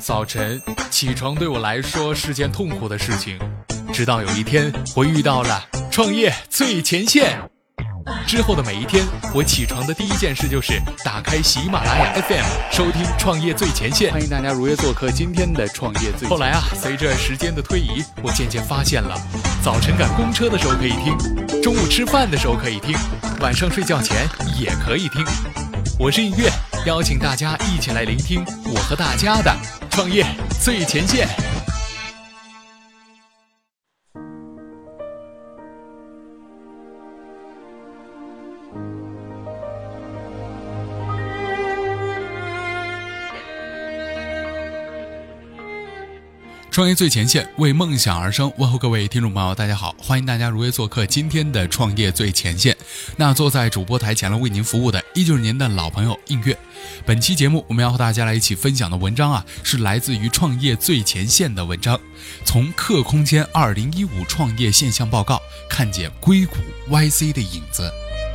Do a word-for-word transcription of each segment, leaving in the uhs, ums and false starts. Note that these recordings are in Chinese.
早晨起床对我来说是件痛苦的事情，直到有一天我遇到了创业最前线。之后的每一天，我起床的第一件事就是打开喜马拉雅 F M 收听创业最前线。 欢迎大家如约做客今天的创业最前线。 后来啊，随着时间的推移，我渐渐发现了，早晨赶公车的时候可以听，中午吃饭的时候可以听，晚上睡觉前也可以听。我是音乐，邀请大家一起来聆听我和大家的创业最前线。创业最前线，为梦想而生。问候各位听众朋友，大家好，欢迎大家如约做客今天的创业最前线。那坐在主播台前了为您服务的依旧是您的老朋友映月。本期节目我们要和大家来一起分享的文章啊，是来自于创业最前线的文章，从客空间二零一五创业现象报告看见硅谷 Y C 的影子。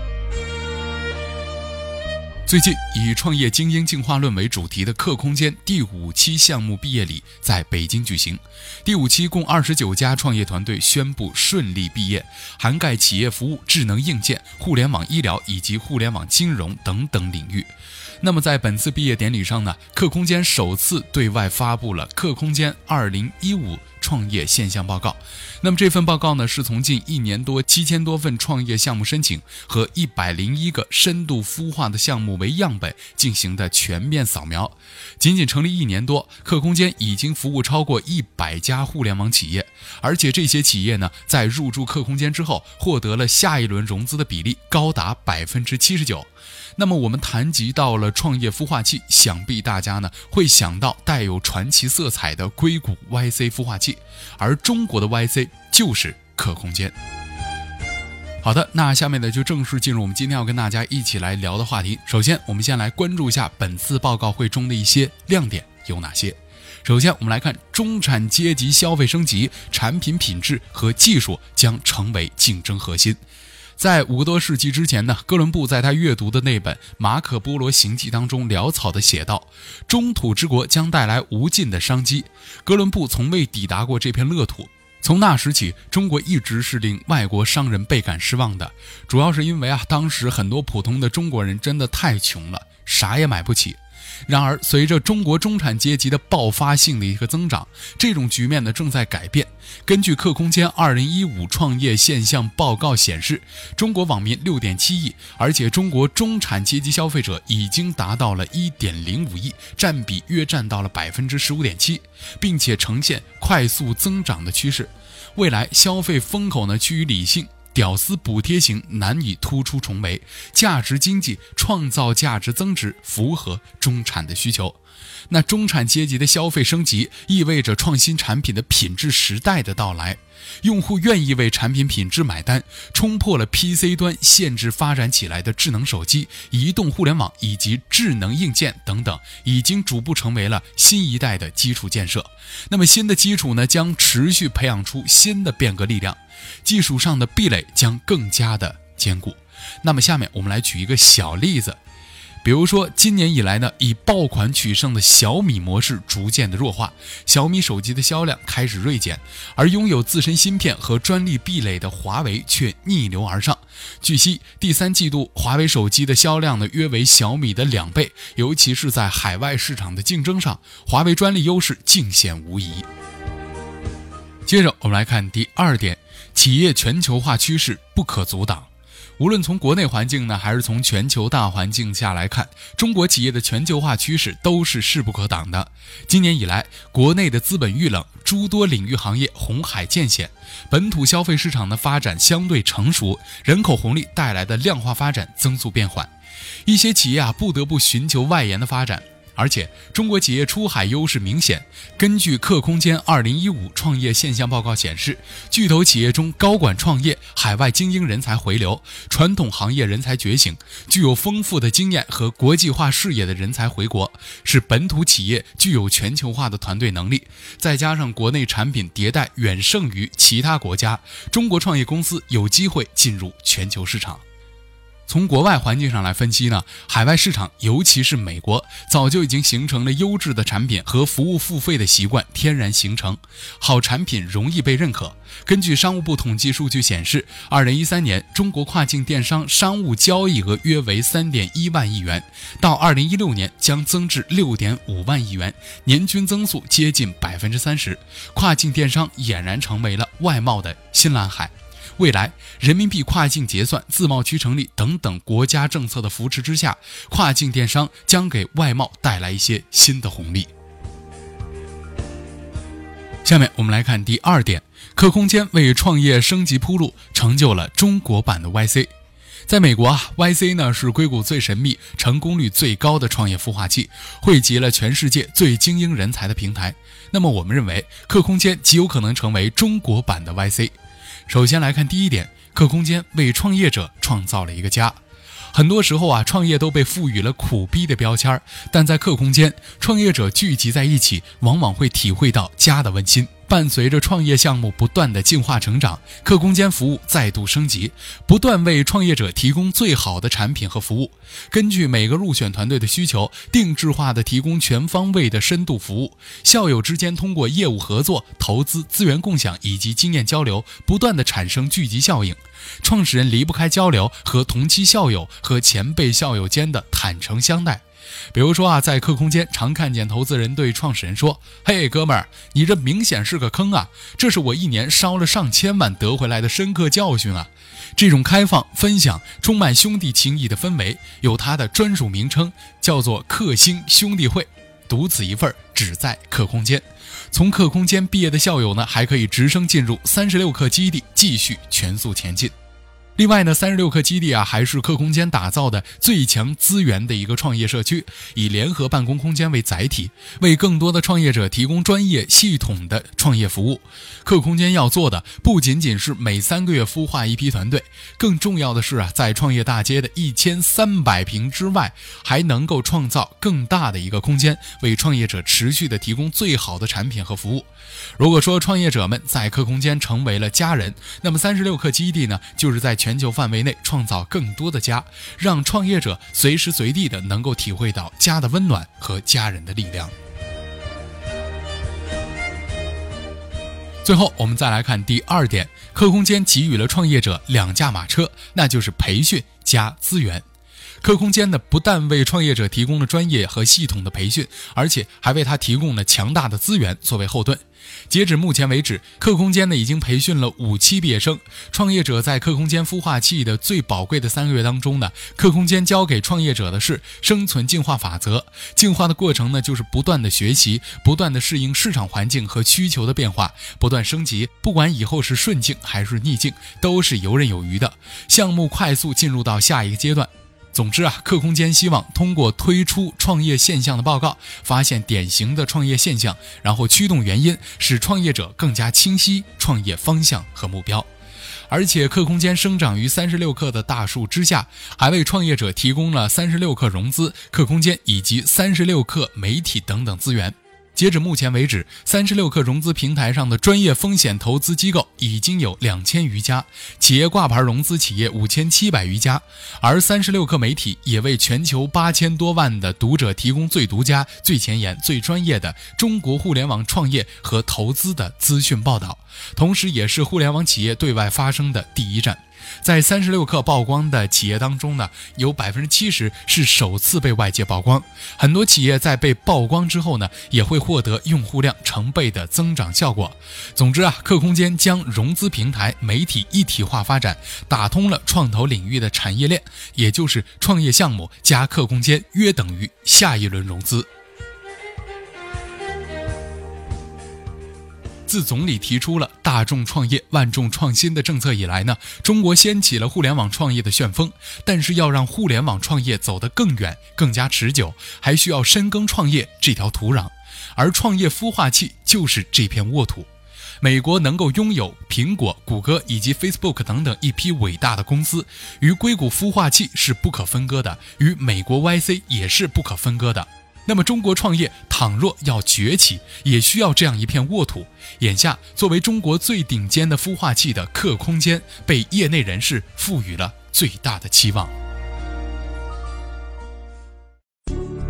最近以创业精英进化论为主题的客空间第五期项目毕业礼在北京举行。第五期共二十九家创业团队宣布顺利毕业，涵盖企业服务、智能硬件、互联网医疗以及互联网金融等等领域。那么在本次毕业典礼上呢，客空间首次对外发布了客空间二零一五创业现象报告。那么这份报告呢，是从近一年多七千多份创业项目申请和一百零一个深度孵化的项目为样本进行的全面扫描。仅仅成立一年多，客空间已经服务超过一百家互联网企业，而且这些企业呢，在入驻客空间之后，获得了下一轮融资的比例高达百分之七十九。那么我们谈及到了创业孵化器，想必大家呢会想到带有传奇色彩的硅谷 Y C 孵化器，而中国的 Y C 就是客空间。好的，那下面呢就正式进入我们今天要跟大家一起来聊的话题。首先我们先来关注一下本次报告会中的一些亮点有哪些。首先我们来看中产阶级消费升级，产品品质和技术将成为竞争核心。在五个多世纪之前呢，哥伦布在他阅读的那本《马可波罗行记》当中潦草地写道，中土之国将带来无尽的商机。哥伦布从未抵达过这片乐土。从那时起，中国一直是令外国商人倍感失望的，主要是因为啊，当时很多普通的中国人真的太穷了，啥也买不起。然而随着中国中产阶级的爆发性的一个增长，这种局面呢正在改变。根据客空间二零一五创业现象报告显示，中国网民 六点七亿，而且中国中产阶级消费者已经达到了 一点零五亿，占比约占到了 百分之十五点七， 并且呈现快速增长的趋势。未来消费风口呢趋于理性，屌丝补贴型难以突出重围，价值经济创造价值增值，符合中产的需求。那中产阶级的消费升级意味着创新产品的品质时代的到来，用户愿意为产品品质买单，冲破了 P C 端限制发展起来的智能手机、移动互联网以及智能硬件等等，已经逐步成为了新一代的基础建设。那么新的基础呢，将持续培养出新的变革力量，技术上的壁垒将更加的坚固。那么下面我们来举一个小例子，比如说今年以来呢，以爆款取胜的小米模式逐渐的弱化，小米手机的销量开始锐减，而拥有自身芯片和专利壁垒的华为却逆流而上。据悉，第三季度华为手机的销量呢约为小米的两倍，尤其是在海外市场的竞争上，华为专利优势尽显无疑。接着我们来看第二点，企业全球化趋势不可阻挡。无论从国内环境呢，还是从全球大环境下来看，中国企业的全球化趋势都是势不可挡的。今年以来，国内的资本遇冷，诸多领域行业红海渐显，本土消费市场的发展相对成熟，人口红利带来的量化发展增速变缓，一些企业啊不得不寻求外延的发展。而且中国企业出海优势明显。根据客空间二零一五创业现象报告显示，巨头企业中高管创业，海外精英人才回流，传统行业人才觉醒，具有丰富的经验和国际化视野的人才回国，使本土企业具有全球化的团队能力，再加上国内产品迭代远胜于其他国家，中国创业公司有机会进入全球市场。 从国外环境上来分析呢，海外市场尤其是美国，早就已经形成了优质的产品和服务付费的习惯天然形成，好产品容易被认可。根据商务部统计数据显示，二零一三年中国跨境电商商务交易额约为 三点一万亿元，到二零一六年将增至 六点五万亿元，年均增速接近 百分之三十。 跨境电商俨然成为了外贸的新蓝海。未来人民币跨境结算、自贸区成立等等国家政策的扶持之下，跨境电商将给外贸带来一些新的红利。下面我们来看第二点，客空间为创业升级铺路，成就了中国版的 Y C。 在美国啊 Y C 呢是硅谷最神秘、成功率最高的创业孵化器，汇集了全世界最精英人才的平台。那么我们认为客空间极有可能成为中国版的 Y C。首先来看第一点，客空间为创业者创造了一个家。很多时候啊，创业都被赋予了苦逼的标签，但在客空间，创业者聚集在一起，往往会体会到家的温馨。伴随着创业项目不断的进化成长，客空间服务再度升级，不断为创业者提供最好的产品和服务。根据每个入选团队的需求，定制化的提供全方位的深度服务。校友之间通过业务合作、投资、资源共享以及经验交流，不断的产生聚集效应。创始人离不开交流和同期校友和前辈校友间的坦诚相待。比如说啊，在客空间常看见投资人对创始人说：“嘿，哥们儿，你这明显是个坑啊！这是我一年烧了上千万得回来的深刻教训啊！”这种开放、分享、充满兄弟情谊的氛围，有它的专属名称，叫做客星兄弟会，独此一份，只在客空间。从客空间毕业的校友呢，还可以直升进入三十六氪基地，继续全速前进。另外呢，三十六氪基地啊，还是客空间打造的最强资源的一个创业社区，以联合办公空间为载体，为更多的创业者提供专业系统的创业服务。客空间要做的不仅仅是每三个月孵化一批团队，更重要的是啊，在创业大街的一千三百平之外，还能够创造更大的一个空间，为创业者持续的提供最好的产品和服务。如果说创业者们在客空间成为了家人，那么三十六氪基地呢，就是在全球范围内创造更多的家，让创业者随时随地的能够体会到家的温暖和家人的力量。最后我们再来看第二点，客空间给予了创业者两驾马车，那就是培训加资源。客空间呢，不但为创业者提供了专业和系统的培训，而且还为他提供了强大的资源作为后盾。截止目前为止，客空间呢已经培训了五期毕业生。创业者在客空间孵化器的最宝贵的三个月当中呢，客空间教给创业者的是生存进化法则。进化的过程呢，就是不断的学习，不断的适应市场环境和需求的变化，不断升级。不管以后是顺境还是逆境，都是游刃有余的。项目快速进入到下一个阶段。总之啊，客空间希望通过推出创业现象的报告，发现典型的创业现象，然后驱动原因，使创业者更加清晰创业方向和目标。而且客空间生长于三十六氪的大树之下，还为创业者提供了三十六氪融资、客空间以及三十六氪媒体等等资源。截止目前为止，三十六氪融资平台上的专业风险投资机构已经有两千余家，企业挂牌融资企业五千七百余家，而三十六氪媒体也为全球八千多万的读者提供最独家、最前沿、最专业的中国互联网创业和投资的资讯报道，同时也是互联网企业对外发声的第一站。在三十六氪曝光的企业当中呢，有 百分之七十 是首次被外界曝光。很多企业在被曝光之后呢，也会获得用户量成倍的增长效果。总之啊，客空间将融资平台、媒体一体化发展，打通了创投领域的产业链，也就是创业项目加客空间约等于下一轮融资。自总理提出了大众创业万众创新的政策以来呢，中国掀起了互联网创业的旋风。但是要让互联网创业走得更远、更加持久，还需要深耕创业这条土壤，而创业孵化器就是这片沃土。美国能够拥有苹果、谷歌以及 Facebook 等等一批伟大的公司，与硅谷孵化器是不可分割的，与美国 Y C 也是不可分割的。那么中国创业倘若要崛起，也需要这样一片沃土。眼下作为中国最顶尖的孵化器的客空间，被业内人士赋予了最大的期望。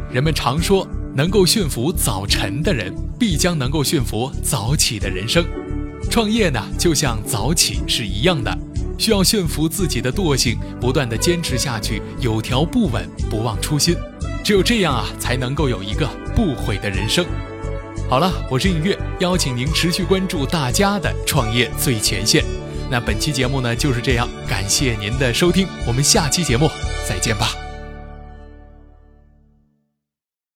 人们常说，能够驯服早晨的人，必将能够驯服早起的人生。创业呢，就像早起是一样的，需要驯服自己的惰性，不断的坚持下去，有条不紊，不忘初心。只有这样啊，才能够有一个不悔的人生。好了，我是映月，邀请您持续关注大家的创业最前线。那本期节目呢就是这样，感谢您的收听，我们下期节目再见吧。